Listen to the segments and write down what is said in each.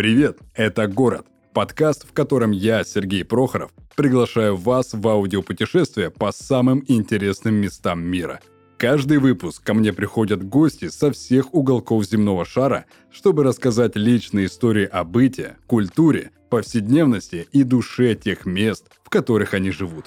Привет, это «Город», подкаст, в котором я, Сергей Прохоров, приглашаю вас в аудиопутешествие по самым интересным местам мира. Каждый выпуск ко мне приходят гости со всех уголков земного шара, чтобы рассказать личные истории о быте, культуре, повседневности и душе тех мест, в которых они живут.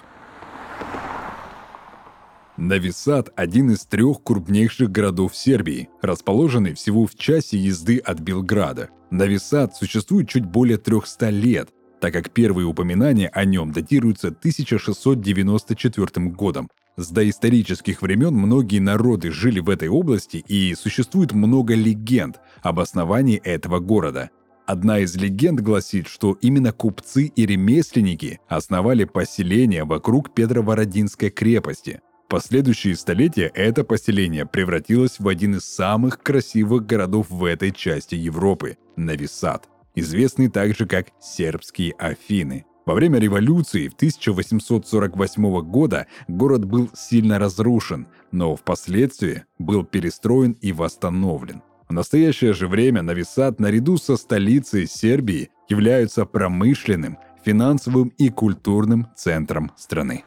Нови Сад – один из 3 крупнейших городов Сербии, расположенный всего в часе езды от Белграда. Нови Сад существует чуть более 300 лет, так как первые упоминания о нем датируются 1694 годом. С доисторических времен многие народы жили в этой области, и существует много легенд об основании этого города. Одна из легенд гласит, что именно купцы и ремесленники основали поселение вокруг Петровородинской крепости. В последующие столетия это поселение превратилось в один из самых красивых городов в этой части Европы – Нови Сад, известный также как сербские Афины. Во время революции в 1848 года город был сильно разрушен, но впоследствии был перестроен и восстановлен. В настоящее же время Нови Сад наряду со столицей Сербии является промышленным, финансовым и культурным центром страны.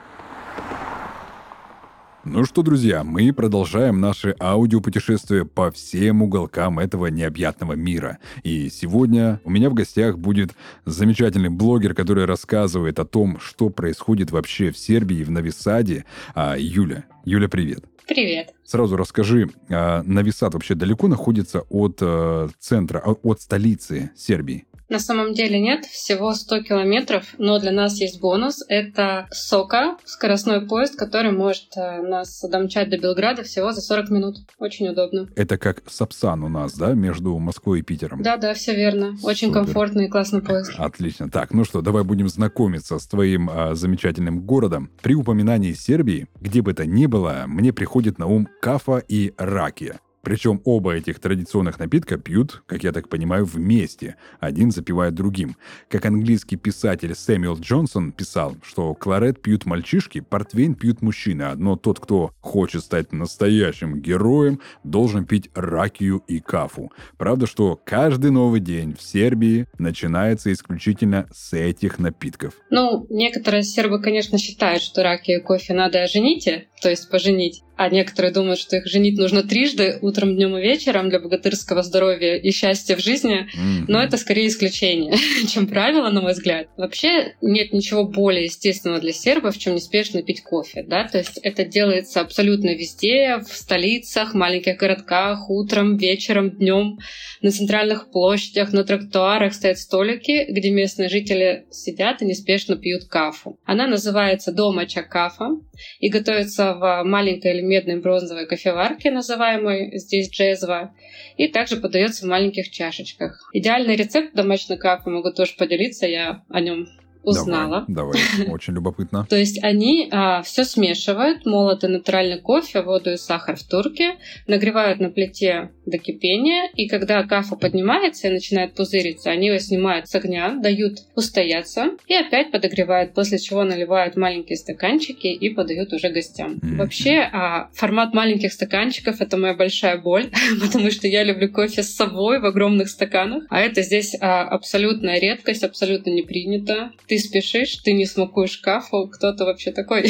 Ну что, друзья, мы продолжаем наше аудиопутешествие по всем уголкам этого необъятного мира. И сегодня у меня в гостях будет замечательный блогер, который рассказывает о том, что происходит вообще в Сербии, в Нови Саде. Юля. Юля, привет. Привет. Сразу расскажи, Нови Сад вообще далеко находится от центра, от столицы Сербии? На самом деле нет, всего 100 километров, но для нас есть бонус. Это Сока, скоростной поезд, который может нас домчать до Белграда всего за 40 минут. Очень удобно. Это как Сапсан у нас, да, между Москвой и Питером? Да, все верно. Очень Супер. Комфортный и классный поезд. Отлично. Так, ну что, давай будем знакомиться с твоим замечательным городом. При упоминании Сербии, где бы то ни было, мне приходит на ум кафа и ракия. Причем оба этих традиционных напитка пьют, как я так понимаю, вместе. Один запивает другим. Как английский писатель Сэмюэл Джонсон писал, что кларет пьют мальчишки, портвейн пьют мужчины. Но тот, кто хочет стать настоящим героем, должен пить ракию и кафу. Правда, что каждый новый день в Сербии начинается исключительно с этих напитков. Некоторые сербы, конечно, считают, что ракию и кофе надо оженить, то есть поженить. А некоторые думают, что их женить нужно трижды, утром, днем и вечером, для богатырского здоровья и счастья в жизни. Но это скорее исключение, чем правило, на мой взгляд. Вообще нет ничего более естественного для сербов, чем неспешно пить кофе. Да? То есть это делается абсолютно везде, в столицах, маленьких городках, утром, вечером, днем, на центральных площадях, на тротуарах стоят столики, где местные жители сидят и неспешно пьют кафу. Она называется домача кафа и готовится в маленькой или медной бронзовой кофеварке, называемой здесь джезва, и также подается в маленьких чашечках. Идеальный рецепт домашней кафе могу тоже поделиться, я о нем узнала. Давай, очень любопытно. То есть они все смешивают, молотый натуральный кофе, воду и сахар в турке, нагревают на плите до кипения, и когда кафа поднимается и начинает пузыриться, они его снимают с огня, дают устояться и опять подогревают, после чего наливают маленькие стаканчики и подают уже гостям. Вообще, формат маленьких стаканчиков — это моя большая боль, потому что я люблю кофе с собой в огромных стаканах, а это здесь абсолютная редкость, абсолютно не принято. Ты спешишь, ты не смакуешь кафу, кто-то вообще такой.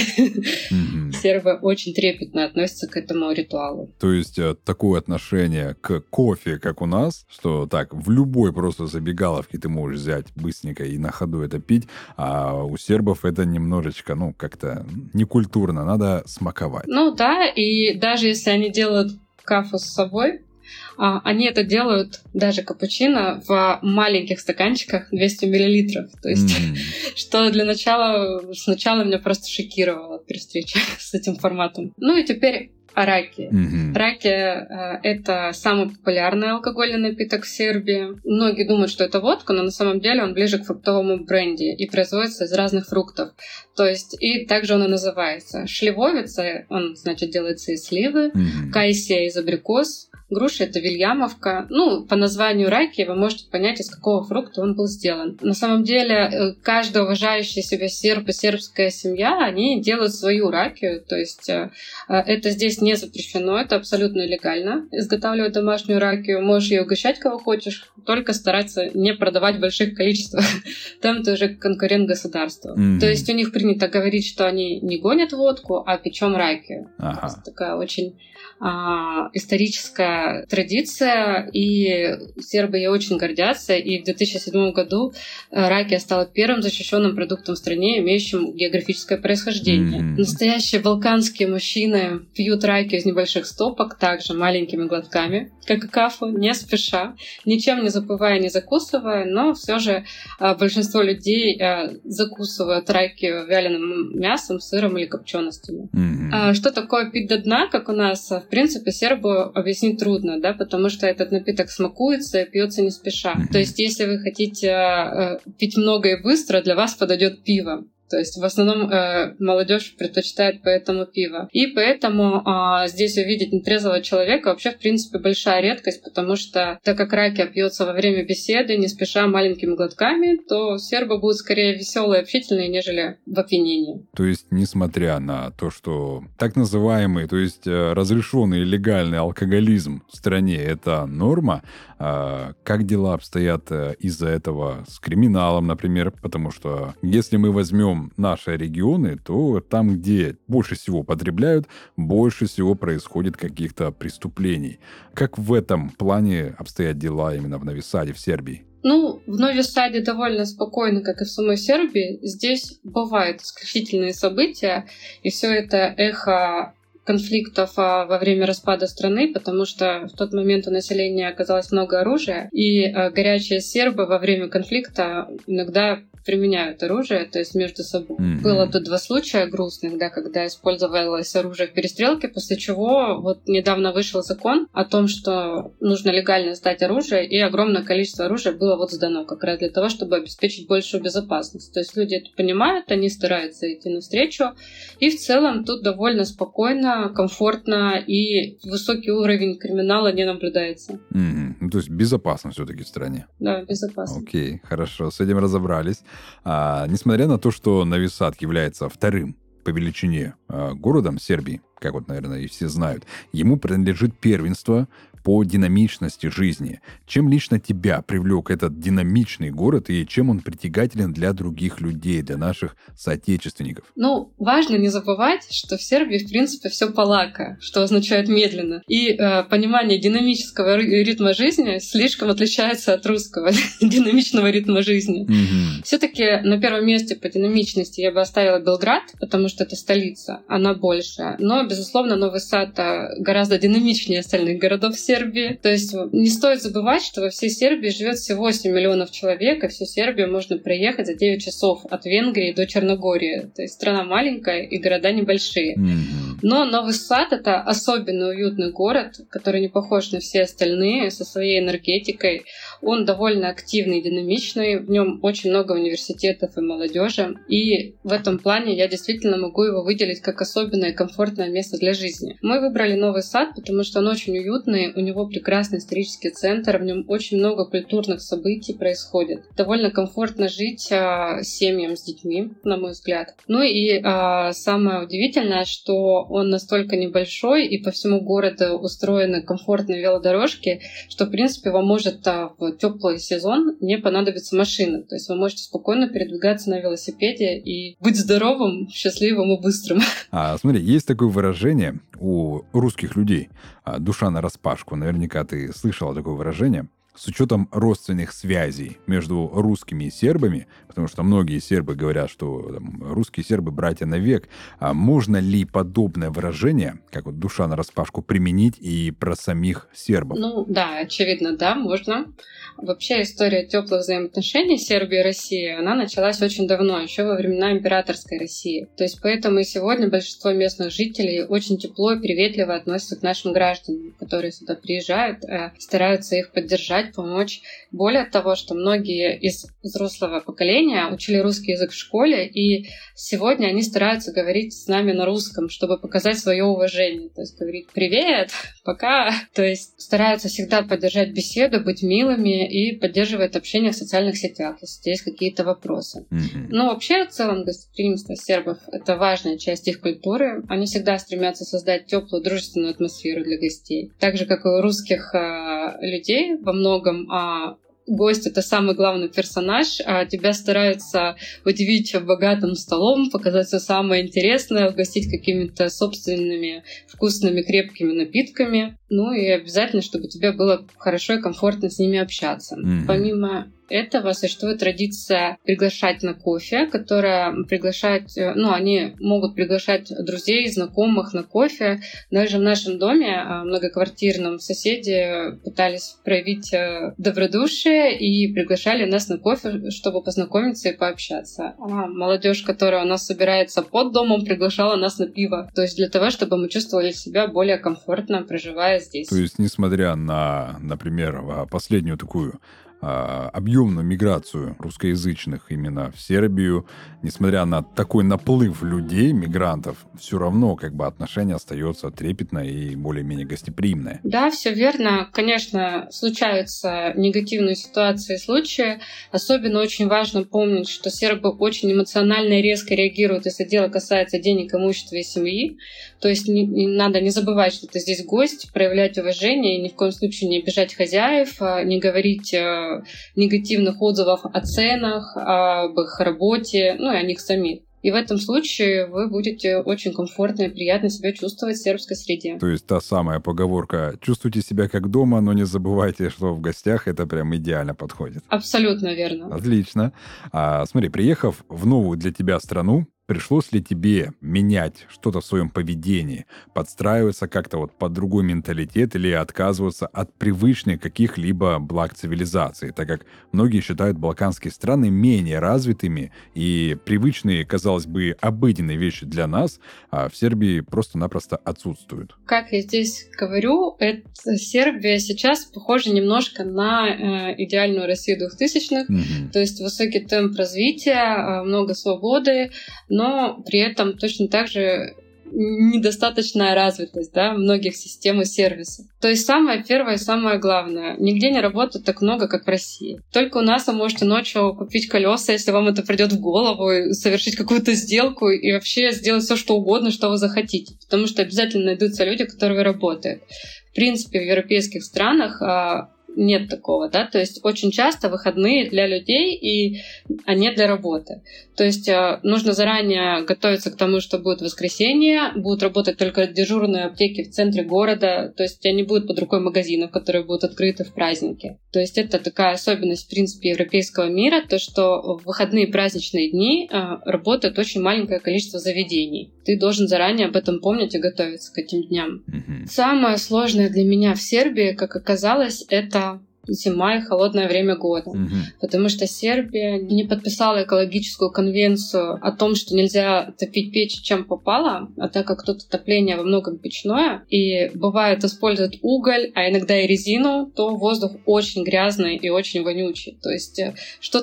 Сербы очень трепетно относятся к этому ритуалу. То есть такое отношение к кофе, как у нас, что так, в любой просто забегаловке ты можешь взять быстренько и на ходу это пить, а у сербов это немножечко, как-то некультурно, надо смаковать. И даже если они делают кафу с собой, они это делают, даже капучино, в маленьких стаканчиках 200 мл. То есть, что сначала меня просто шокировало при встрече с этим форматом. И теперь о ракии. Ракия — это самый популярный алкогольный напиток в Сербии. Многие думают, что это водка, но на самом деле он ближе к фруктовому бренди и производится из разных фруктов. То есть, и также он и называется. Шливовица, он, значит, делается из сливы, кайсия из абрикос, Груша — это вильямовка. По названию раки вы можете понять, из какого фрукта он был сделан. На самом деле, каждая уважающая себя серб и сербская семья, они делают свою ракию. То есть это здесь не запрещено, это абсолютно легально. Изготавливать домашнюю ракию, можешь ее угощать кого хочешь, только стараться не продавать в больших количествах. Там ты уже конкурент государства. То есть у них принято говорить, что они не гонят водку, а печем ракию. Это такая очень историческая традиция, и сербы ей очень гордятся. И в 2007 году ракия стала первым защищенным продуктом в стране, имеющим географическое происхождение. Настоящие балканские мужчины пьют ракию из небольших стопок, также маленькими глотками, как и кафу, не спеша, ничем не запивая, не закусывая, но все же большинство людей закусывают ракию вяленым мясом, сыром или копченостями. Что такое пить до дна, как у нас, в принципе, сербу объяснить трудно, да, потому что этот напиток смакуется и пьется не спеша. То есть, если вы хотите пить много и быстро, для вас подойдет пиво. То есть в основном молодежь предпочитает поэтому пиво. И поэтому здесь увидеть нетрезвого человека вообще, в принципе, большая редкость, потому что, так как ракия пьется во время беседы, не спеша, маленькими глотками, то сербы будут скорее веселые и общительные, нежели в опьянении. То есть, несмотря на то, что так называемый, то есть разрешенный легальный алкоголизм в стране — это норма, как дела обстоят из-за этого с криминалом, например? Потому что если мы возьмем наши регионы, то там, где больше всего потребляют, больше всего происходит каких-то преступлений. Как в этом плане обстоят дела именно в Нови Саде, в Сербии? В Нови Саде довольно спокойно, как и в самой Сербии. Здесь бывают исключительные события, и все это эхо конфликтов во время распада страны, потому что в тот момент у населения оказалось много оружия, и горячие сербы во время конфликта иногда применяют оружие, то есть между собой. Было тут 2 случая грустных, да, когда использовалось оружие в перестрелке, после чего недавно вышел закон о том, что нужно легально сдать оружие, и огромное количество оружия было сдано как раз для того, чтобы обеспечить большую безопасность. То есть люди это понимают, они стараются идти навстречу, и в целом тут довольно спокойно, комфортно, и высокий уровень криминала не наблюдается. То есть безопасно все-таки в стране. Да, безопасно. Окей, хорошо, с этим разобрались. Несмотря на то, что Нови Сад является вторым по величине городом Сербии, как наверное, и все знают, ему принадлежит первенство по динамичности жизни. Чем лично тебя привлек этот динамичный город и чем он притягателен для других людей, для наших соотечественников? Важно не забывать, что в Сербии, в принципе, все полака, что означает медленно. И понимание динамического ритма жизни слишком отличается от русского динамичного ритма жизни. Все-таки на первом месте по динамичности я бы оставила Белград, потому что это столица, она больше. Но, безусловно, Нови Сад гораздо динамичнее остальных городов Сербии. То есть не стоит забывать, что во всей Сербии живет всего 8 миллионов человек, и всю Сербию можно проехать за 9 часов от Венгрии до Черногории. То есть страна маленькая и города небольшие. Но Нови Сад — это особенно уютный город, который не похож на все остальные, со своей энергетикой. Он довольно активный и динамичный, в нем очень много университетов и молодежи. И в этом плане я действительно могу его выделить как особенное и комфортное место для жизни. Мы выбрали Нови Сад, потому что он очень уютный, у него прекрасный исторический центр, в нем очень много культурных событий происходит. Довольно комфортно жить семьям с детьми, на мой взгляд. И самое удивительное, что он настолько небольшой, и по всему городу устроены комфортные велодорожки, что, в принципе, вам может в теплый сезон не понадобится машина. То есть вы можете спокойно передвигаться на велосипеде и быть здоровым, счастливым и быстрым. Смотри, есть такое выражение у русских людей «душа нараспашку». Наверняка ты слышала такое выражение. С учетом родственных связей между русскими и сербами, потому что многие сербы говорят, что русские сербы братья навек, можно ли подобное выражение, как душа нараспашку, применить и про самих сербов? Да, очевидно, да, можно. Вообще история теплых взаимоотношений Сербии и России, она началась очень давно, еще во времена императорской России. То есть поэтому и сегодня большинство местных жителей очень тепло и приветливо относятся к нашим гражданам, которые сюда приезжают, стараются их поддержать, поддержать, помочь. Более того, что многие из взрослого поколения учили русский язык в школе, и сегодня они стараются говорить с нами на русском, чтобы показать свое уважение. То есть говорить «привет», «пока». То есть стараются всегда поддержать беседу, быть милыми и поддерживать общение в социальных сетях, если есть какие-то вопросы. Но вообще, в целом, гостеприимство сербов — это важная часть их культуры. Они всегда стремятся создать теплую, дружественную атмосферу для гостей. Так же, как и у русских людей во многом, гость — это самый главный персонаж, а тебя стараются удивить богатым столом, показать все самое интересное, угостить какими-то собственными вкусными крепкими напитками. Ну и обязательно, чтобы тебе было хорошо и комфортно с ними общаться. Помимо этого существует традиция приглашать на кофе, которая приглашает, они могут приглашать друзей, знакомых на кофе. Даже в нашем доме многоквартирном соседи пытались проявить добродушие и приглашали нас на кофе, чтобы познакомиться и пообщаться. А молодежь, которая у нас собирается под домом, приглашала нас на пиво. То есть для того, чтобы мы чувствовали себя более комфортно, проживая здесь. То есть, несмотря на, например, последнюю такую объемную миграцию русскоязычных именно в Сербию, несмотря на такой наплыв людей, мигрантов, все равно как бы отношение остается трепетное и более-менее гостеприимное. Да, все верно. Конечно, случаются негативные ситуации и случаи. Особенно очень важно помнить, что сербы очень эмоционально и резко реагируют, если дело касается денег, имущества и семьи. То есть надо не забывать, что ты здесь гость, проявлять уважение и ни в коем случае не обижать хозяев, не говорить негативных отзывов о ценах, об их работе, и о них самих. И в этом случае вы будете очень комфортно и приятно себя чувствовать в сербской среде. То есть та самая поговорка «чувствуйте себя как дома, но не забывайте, что в гостях» — это прям идеально подходит. Абсолютно верно. Отлично. Смотри, приехав в новую для тебя страну, пришлось ли тебе менять что-то в своем поведении, подстраиваться как-то вот под другой менталитет или отказываться от привычных каких-либо благ цивилизации, так как многие считают балканские страны менее развитыми и привычные, казалось бы, обыденные вещи для нас, а в Сербии просто-напросто отсутствуют. Как я здесь говорю, Сербия сейчас похожа немножко на идеальную Россию 2000-х, то есть высокий темп развития, много свободы, но при этом точно так же недостаточная развитость, многих систем и сервисов. То есть самое первое и самое главное: нигде не работает так много, как в России. Только у нас вы можете ночью купить колеса, если вам это придет в голову, и совершить какую-то сделку и вообще сделать все, что угодно, что вы захотите. Потому что обязательно найдутся люди, которые работают. В принципе, в европейских странах нет такого, то есть очень часто выходные для людей, а не для работы. То есть нужно заранее готовиться к тому, что будет воскресенье, будут работать только дежурные аптеки в центре города, то есть у тебя не будет под рукой магазинов, которые будут открыты в праздники. То есть это такая особенность, в принципе, европейского мира, то, что в выходные праздничные дни работает очень маленькое количество заведений. Ты должен заранее об этом помнить и готовиться к этим дням. Самое сложное для меня в Сербии, как оказалось, это зима и холодное время года. Потому что Сербия не подписала экологическую конвенцию о том, что нельзя топить печь чем попало, а так как тут отопление во многом печное, и бывает используют уголь, а иногда и резину, то воздух очень грязный и очень вонючий. То есть что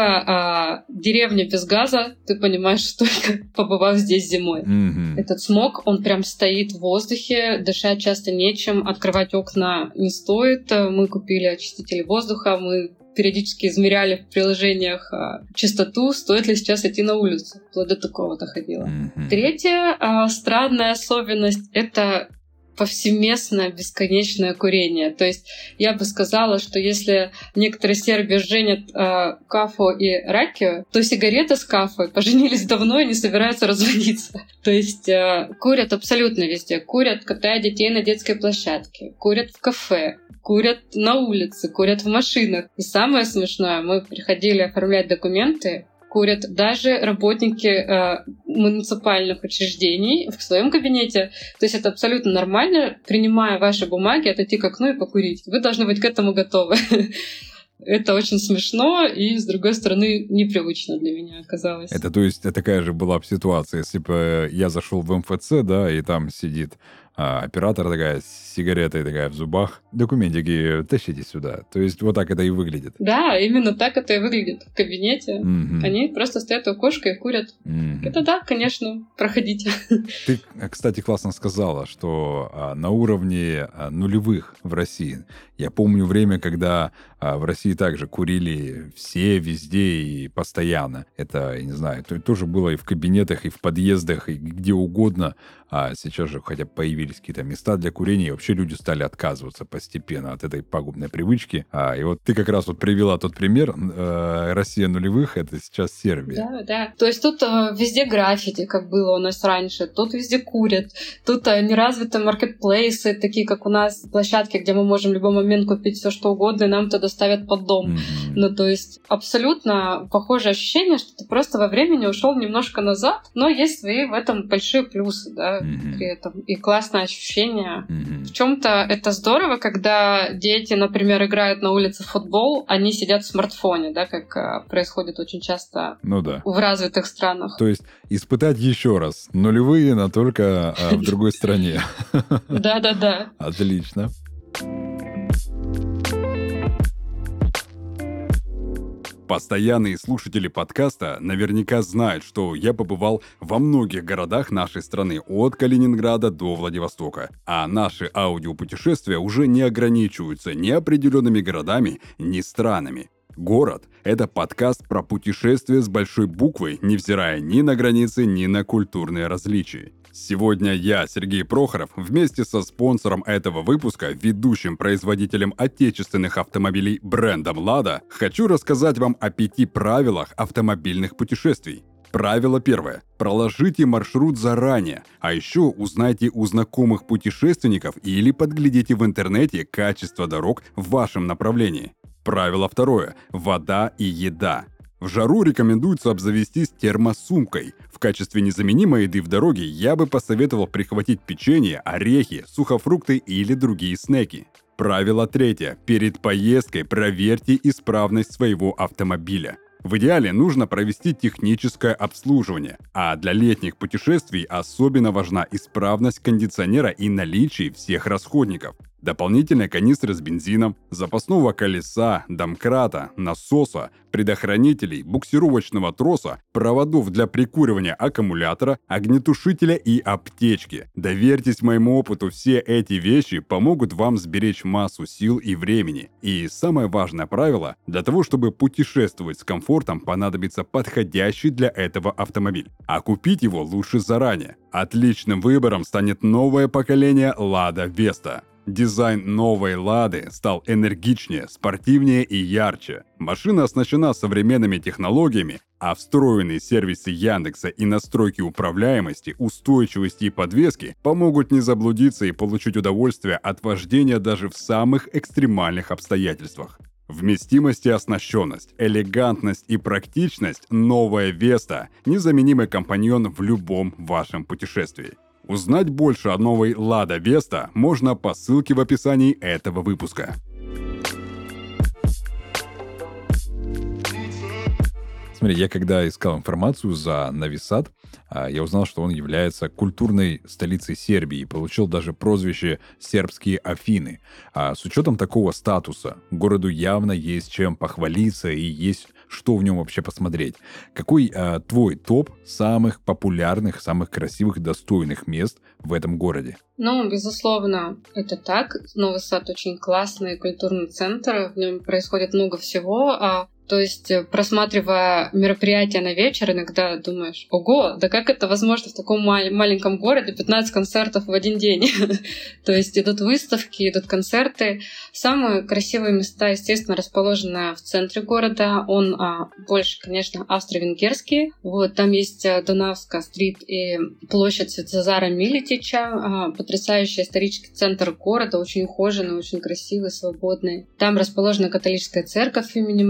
такое деревня без газа, ты понимаешь, только побывав здесь зимой. Этот смог, он прям стоит в воздухе, дышать часто нечем, открывать окна не стоит. Мы купили очистители воздуха, мы периодически измеряли в приложениях частоту, стоит ли сейчас идти на улицу. Вплоть до такого доходило. Третья странная особенность — это повсеместное бесконечное курение. То есть я бы сказала, что если некоторые сербы женят Кафу и Ракию, то сигареты с Кафой поженились давно и не собираются разводиться. То есть курят абсолютно везде. Курят, катая детей на детской площадке, курят в кафе, курят на улице, курят в машинах. И самое смешное, мы приходили оформлять документы, курят даже работники муниципальных учреждений в своем кабинете. То есть это абсолютно нормально, принимая ваши бумаги, отойти к окну и покурить. Вы должны быть к этому готовы. Это очень смешно и, с другой стороны, непривычно для меня оказалось. Это, то есть, такая же была бы ситуация, если бы я зашел в МФЦ, и там сидит а оператор такая с сигаретой такая в зубах. Документики тащите сюда. То есть вот так это и выглядит. Да, именно так это и выглядит в кабинете. Они просто стоят у окошка и курят. Это да, конечно, проходите. Ты, кстати, классно сказала, что на уровне нулевых в России. Я помню время, когда в России также курили все, везде и постоянно. Это, я не знаю, тоже было и в кабинетах, и в подъездах, и где угодно. А сейчас же хотя бы появились какие-то места для курения, и вообще люди стали отказываться постепенно от этой пагубной привычки. И вот ты как раз вот привела тот пример. Россия нулевых — это сейчас Сербия. Да, да. То есть тут везде граффити, как было у нас раньше. Тут везде курят. Тут неразвиты маркетплейсы, такие как у нас, площадки, где мы можем в любой момент купить все что угодно, и нам это доставят под дом. Ну, то есть абсолютно похожее ощущение, что ты просто во времени ушел немножко назад, но есть свои в этом большие плюсы, да, при этом. И классное ощущение. В чем-то это здорово, когда дети, например, играют на улице в футбол, они сидят в смартфоне, да, как происходит очень часто в развитых странах. То есть испытать еще раз нулевые, но только в другой стране. Да-да-да. Отлично. Постоянные слушатели подкаста наверняка знают, что я побывал во многих городах нашей страны, от Калининграда до Владивостока. А наши аудиопутешествия уже не ограничиваются ни определенными городами, ни странами. «Город» — это подкаст про путешествия с большой буквы, невзирая ни на границы, ни на культурные различия. Сегодня я, Сергей Прохоров, вместе со спонсором этого выпуска, ведущим производителем отечественных автомобилей брендом «Лада», хочу рассказать вам о 5 правилах автомобильных путешествий. Правило первое. Проложите маршрут заранее, а еще узнайте у знакомых путешественников или подглядите в интернете качество дорог в вашем направлении. Правило второе. Вода и еда. В жару рекомендуется обзавестись термосумкой. В качестве незаменимой еды в дороге я бы посоветовал прихватить печенье, орехи, сухофрукты или другие снеки. Правило третье. Перед поездкой проверьте исправность своего автомобиля. В идеале нужно провести техническое обслуживание, а для летних путешествий особенно важна исправность кондиционера и наличие всех расходников. Дополнительные канистры с бензином, запасного колеса, домкрата, насоса, предохранителей, буксировочного троса, проводов для прикуривания аккумулятора, огнетушителя и аптечки. Доверьтесь моему опыту, все эти вещи помогут вам сберечь массу сил и времени. И самое важное правило, для того, чтобы путешествовать с комфортом, понадобится подходящий для этого автомобиль. А купить его лучше заранее. Отличным выбором станет новое поколение Lada Vesta. Дизайн новой «Лады» стал энергичнее, спортивнее и ярче. Машина оснащена современными технологиями, а встроенные сервисы Яндекса и настройки управляемости, устойчивости и подвески помогут не заблудиться и получить удовольствие от вождения даже в самых экстремальных обстоятельствах. Вместимость и оснащенность, элегантность и практичность – новая Веста – незаменимый компаньон в любом вашем путешествии. Узнать больше о новой Lada Vesta можно по ссылке в описании этого выпуска. Смотри, я когда искал информацию за Novi Sad, я узнал, что он является культурной столицей Сербии и получил даже прозвище «Сербские Афины». А с учетом такого статуса городу явно есть чем похвалиться и есть что в нем вообще посмотреть. Какой твой топ самых популярных, самых красивых, достойных мест в этом городе? Ну, безусловно, это так. Новый Сад очень классный культурный центр, в нем происходит много всего. То есть, просматривая мероприятия на вечер, иногда думаешь: ого, да как это возможно в таком маленьком городе, 15 концертов в один день? То есть идут выставки, идут концерты. Самые красивые места, естественно, расположены в центре города. Он больше, конечно, австро-венгерский. Вот, там есть Дунавская стрит и площадь Святозара Милетича, потрясающий исторический центр города, очень ухоженный, очень красивый, свободный. Там расположена католическая церковь имени Марии, которая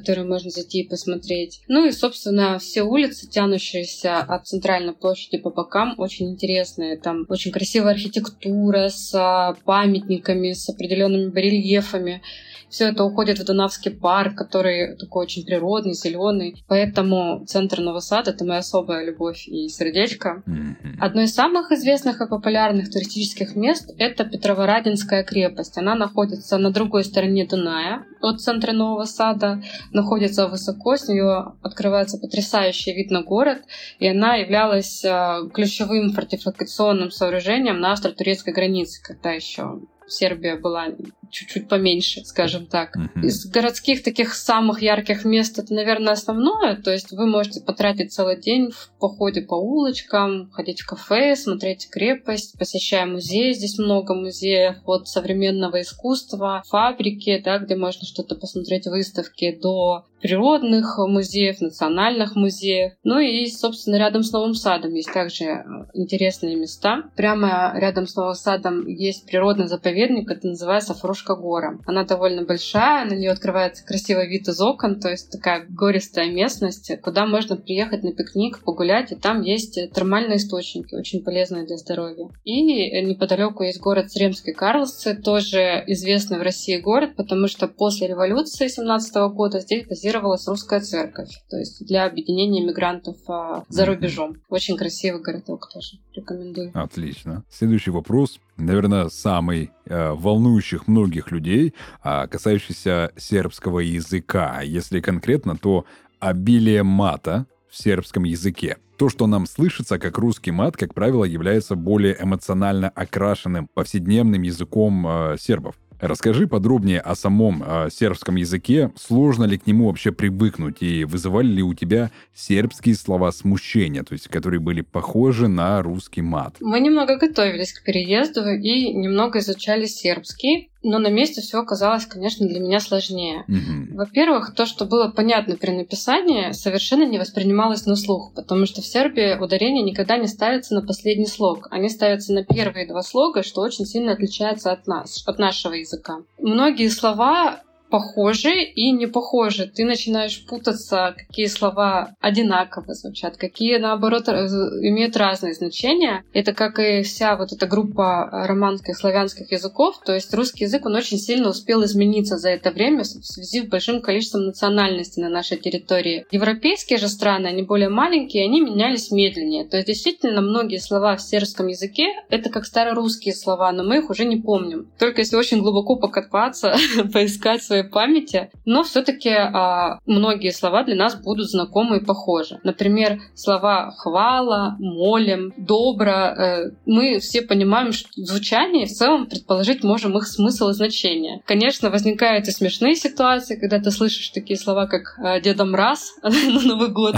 которые можно зайти и посмотреть. Ну и, собственно, все улицы, тянущиеся от центральной площади по бокам, очень интересные. Там очень красивая архитектура с памятниками, с определенными барельефами. Все это уходит в Дунавский парк, который такой очень природный, зеленый. Поэтому центр Нового Сада — это моя особая любовь и сердечко. Одно из самых известных и популярных туристических мест — это Петроворадинская крепость. Она находится на другой стороне Дуная от центра Нового Сада, находится высоко, с нее открывается потрясающий вид на город, и она являлась ключевым фортификационным сооружением на австро-турецкой границе, когда еще Сербия была чуть-чуть поменьше, скажем так. Из городских таких самых ярких мест это, наверное, основное. То есть вы можете потратить целый день в походе по улочкам, ходить в кафе, смотреть крепость, посещая музеи. Здесь много музеев от современного искусства, фабрики, да, где можно что-то посмотреть, выставки, до природных музеев, национальных музеев. Ну и, собственно, рядом с Новым Садом есть также интересные места. Прямо рядом с Новым Садом есть природный заповедник, это называется Фрушка гора. Она довольно большая, на нее открывается красивый вид из окон, то есть такая гористая местность, куда можно приехать на пикник, погулять, и там есть термальные источники, очень полезные для здоровья. И неподалеку есть город Сремские Карловцы, тоже известный в России город, потому что после революции 17 года здесь базировалась русская церковь, то есть для объединения мигрантов за рубежом. Очень красивый городок тоже, рекомендую. Отлично. Следующий вопрос, наверное, самый волнующих многих людей, касающийся сербского языка. Если конкретно, то обилие мата в сербском языке. То, что нам слышится как русский мат, как правило, является более эмоционально окрашенным повседневным языком сербов. Расскажи подробнее о самом сербском языке. Сложно ли к нему вообще привыкнуть? И вызывали ли у тебя сербские слова смущения, то есть которые были похожи на русский мат? Мы немного готовились к переезду и немного изучали сербский. Но на месте все оказалось, конечно, для меня сложнее. Во-первых, то, что было понятно при написании, совершенно не воспринималось на слух, потому что в Сербии ударение никогда не ставится на последний слог. Они ставятся на первые два слога, что очень сильно отличается от нас, от нашего языка. Многие слова похожи и не похожи. Ты начинаешь путаться, какие слова одинаково звучат, какие, наоборот, имеют разные значения. Это как и вся вот эта группа романских, славянских языков. То есть русский язык, он очень сильно успел измениться за это время в связи с большим количеством национальностей на нашей территории. Европейские же страны, они более маленькие, они менялись медленнее. То есть действительно многие слова в сербском языке — это как старорусские слова, но мы их уже не помним. Только если очень глубоко покопаться, поискать свои памяти, но все-таки многие слова для нас будут знакомы и похожи. Например, слова «хвала», «молим», «добро». Мы все понимаем, что в звучании в целом предположить можем их смысл и значение. Конечно, возникают и смешные ситуации, когда ты слышишь такие слова, как «Деда Мраз» на Новый год.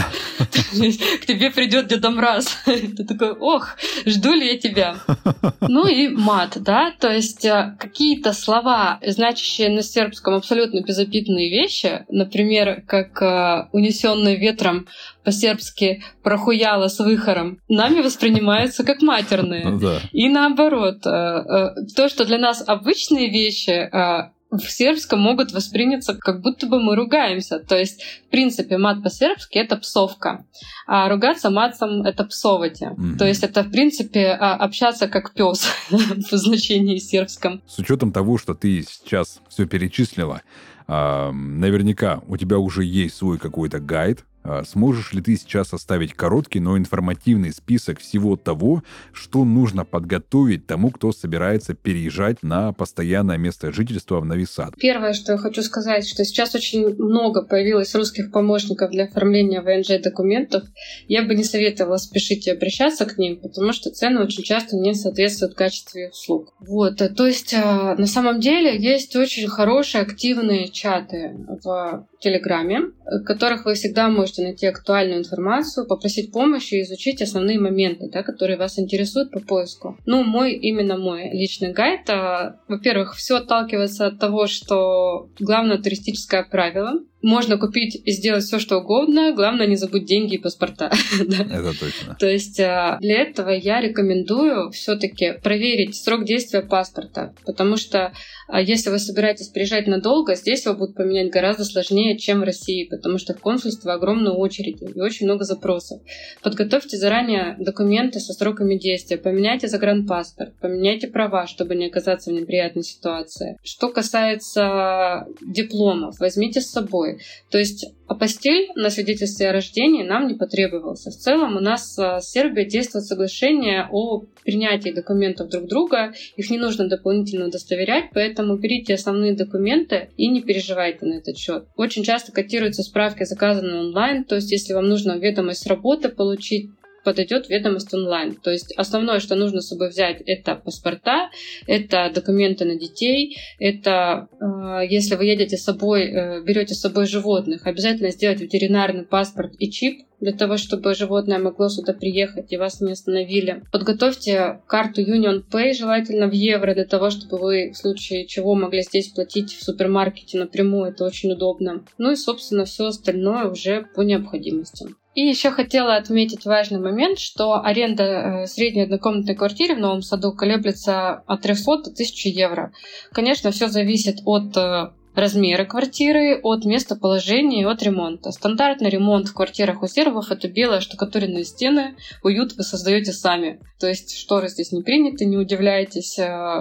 К тебе придет Деда Мраз. Ты такой: ох, жду ли я тебя? Ну и мат, да, то есть какие-то слова, значащие на сербском абсолютно безобидные вещи, например, как унесенный ветром по-сербски «прохуяла с выхором», нами воспринимаются как матерные. Ну, да. И наоборот, то, что для нас обычные вещи, в сербском могут восприняться, как будто бы мы ругаемся. То есть, в принципе, мат по-сербски — это псовка, а ругаться матом — это псовать. То есть это, в принципе, общаться как пес по значению сербском. С учетом того, что ты сейчас все перечислила, наверняка у тебя уже есть свой какой-то гайд. Сможешь ли ты сейчас составить короткий, но информативный список всего того, что нужно подготовить тому, кто собирается переезжать на постоянное место жительства в Нови Сад? Первое, что я хочу сказать, что сейчас очень много появилось русских помощников для оформления ВНЖ-документов. Я бы не советовала спешить и обращаться к ним, потому что цены очень часто не соответствуют качеству услуг. Вот. То есть, на самом деле, есть очень хорошие активные чаты в Телеграме, в которых вы всегда можете найти актуальную информацию, попросить помощи и изучить основные моменты, да, которые вас интересуют по поиску. Ну, именно мой личный гайд. Во-первых, все отталкивается от того, что главное туристическое правило — можно купить и сделать все, что угодно, главное не забудь деньги и паспорта. Это точно. То есть для этого я рекомендую все-таки проверить срок действия паспорта, потому что если вы собираетесь приезжать надолго, здесь его будут поменять гораздо сложнее, чем в России, потому что в консульство огромные очереди и очень много запросов. Подготовьте заранее документы со сроками действия, поменяйте загранпаспорт, поменяйте права, чтобы не оказаться в неприятной ситуации. Что касается дипломов, возьмите с собой. То есть апостиль на свидетельстве о рождении нам не потребовался. В целом у нас с Сербией действует соглашение о принятии документов друг друга. Их не нужно дополнительно удостоверять, поэтому берите основные документы и не переживайте на этот счет. Очень часто котируются справки, заказанные онлайн. То есть если вам нужно ведомость с работы получить, подойдет ведомость онлайн. То есть основное, что нужно с собой взять, это паспорта, это документы на детей, это если вы едете с собой, берете с собой животных, обязательно сделать ветеринарный паспорт и чип, для того, чтобы животное могло сюда приехать и вас не остановили. Подготовьте карту Union Pay, желательно в евро, для того, чтобы вы в случае чего могли здесь платить в супермаркете напрямую, это очень удобно. Ну и, собственно, все остальное уже по необходимости. И еще хотела отметить важный момент, что аренда средней однокомнатной квартиры в Новом Саду колеблется от 300 до 1000 евро. Конечно, все зависит от размера квартиры, от местоположения и от ремонта. Стандартный ремонт в квартирах у сербов — это белые штукатуренные стены, уют вы создаете сами. То есть шторы здесь не приняты, не удивляйтесь.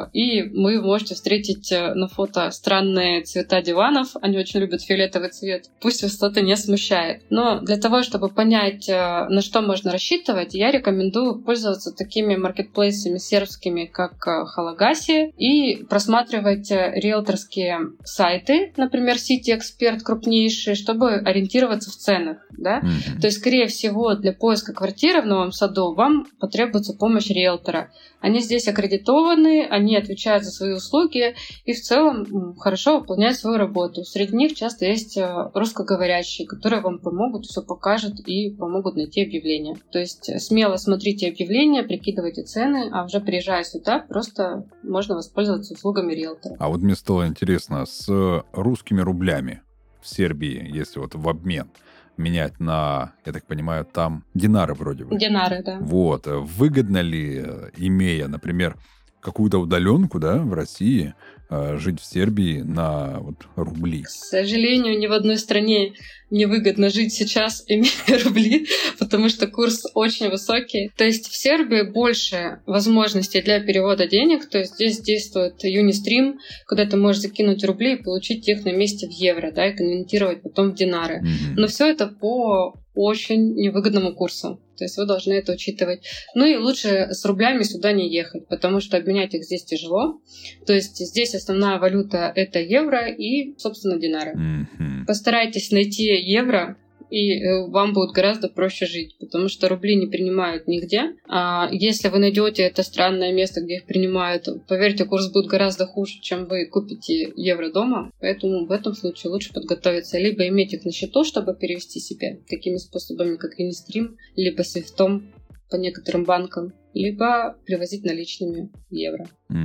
И вы можете встретить на фото странные цвета диванов, они очень любят фиолетовый цвет. Пусть вас это не смущает. Но для того, чтобы понять, на что можно рассчитывать, я рекомендую пользоваться такими маркетплейсами сербскими, как Халагаси, и просматривать риэлторские сайты, например, City Expert крупнейшие, чтобы ориентироваться в ценах. Да? То есть, скорее всего, для поиска квартиры в Новом Саду вам потребуется помощь риэлтора. Они здесь аккредитованы, они отвечают за свои услуги и в целом хорошо выполняют свою работу. Среди них часто есть русскоговорящие, которые вам помогут, все покажут и помогут найти объявления. То есть смело смотрите объявления, прикидывайте цены, а уже приезжая сюда, просто можно воспользоваться услугами риэлтора. А вот мне стало интересно, с русскими рублями в Сербии, если вот в обмен менять на, я так понимаю, там динары вроде бы. Динары, да. Вот. Выгодно ли, имея, например, какую-то удаленку, да, в России, жить в Сербии на вот рубли? К сожалению, ни в одной стране невыгодно жить сейчас, имея рубли, потому что курс очень высокий. То есть в Сербии больше возможностей для перевода денег. То есть здесь действует Unistream, куда ты можешь закинуть рубли и получить их на месте в евро, да, и конвертировать потом в динары. Но все это по очень невыгодному курсу. То есть вы должны это учитывать. Ну и лучше с рублями сюда не ехать, потому что обменять их здесь тяжело. То есть здесь основная валюта — это евро и, собственно, динары. Постарайтесь найти евро, и вам будет гораздо проще жить, потому что рубли не принимают нигде. А если вы найдете это странное место, где их принимают, поверьте, курс будет гораздо хуже, чем вы купите евро дома. Поэтому в этом случае лучше подготовиться, либо иметь их на счету, чтобы перевести себе такими способами, как Unistream, либо свифтом по некоторым банкам, либо привозить наличными евро.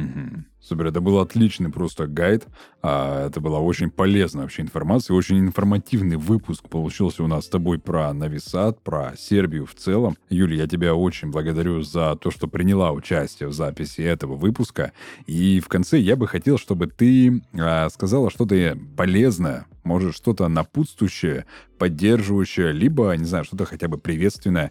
Супер, это был отличный просто гайд. Это была очень полезная вообще информация, очень информативный выпуск получился у нас с тобой про Нови Сад, про Сербию в целом. Юля, я тебя очень благодарю за то, что приняла участие в записи этого выпуска. И в конце я бы хотел, чтобы ты сказала что-то полезное, может, что-то напутствующее, поддерживающее, либо, не знаю, что-то хотя бы приветственное,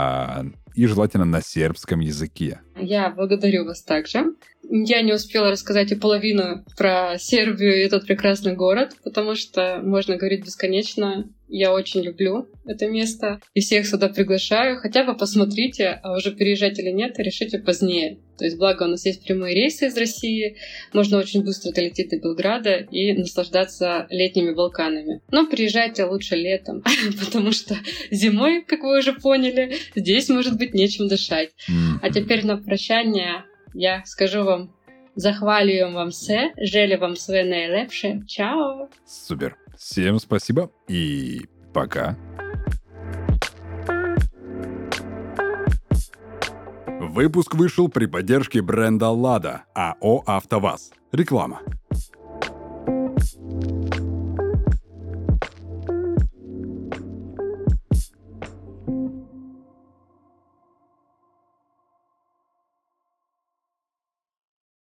и желательно на сербском языке. Я благодарю вас также. Я не успела рассказать и половину про Сербию и этот прекрасный город, потому что можно говорить бесконечно. Я очень люблю это место и всех сюда приглашаю. Хотя бы посмотрите, а уже переезжать или нет, решите позднее. То есть, благо, у нас есть прямые рейсы из России, можно очень быстро долететь до Белграда и наслаждаться летними Балканами. Но приезжайте лучше летом, потому что зимой, как вы уже поняли, здесь может быть нечем дышать. А теперь на прощание я скажу вам: захвалюем вам все, желаю вам свое наилепше. Чао! Супер! Всем спасибо и пока! Выпуск вышел при поддержке бренда «Лада» АО «АвтоВАЗ». Реклама.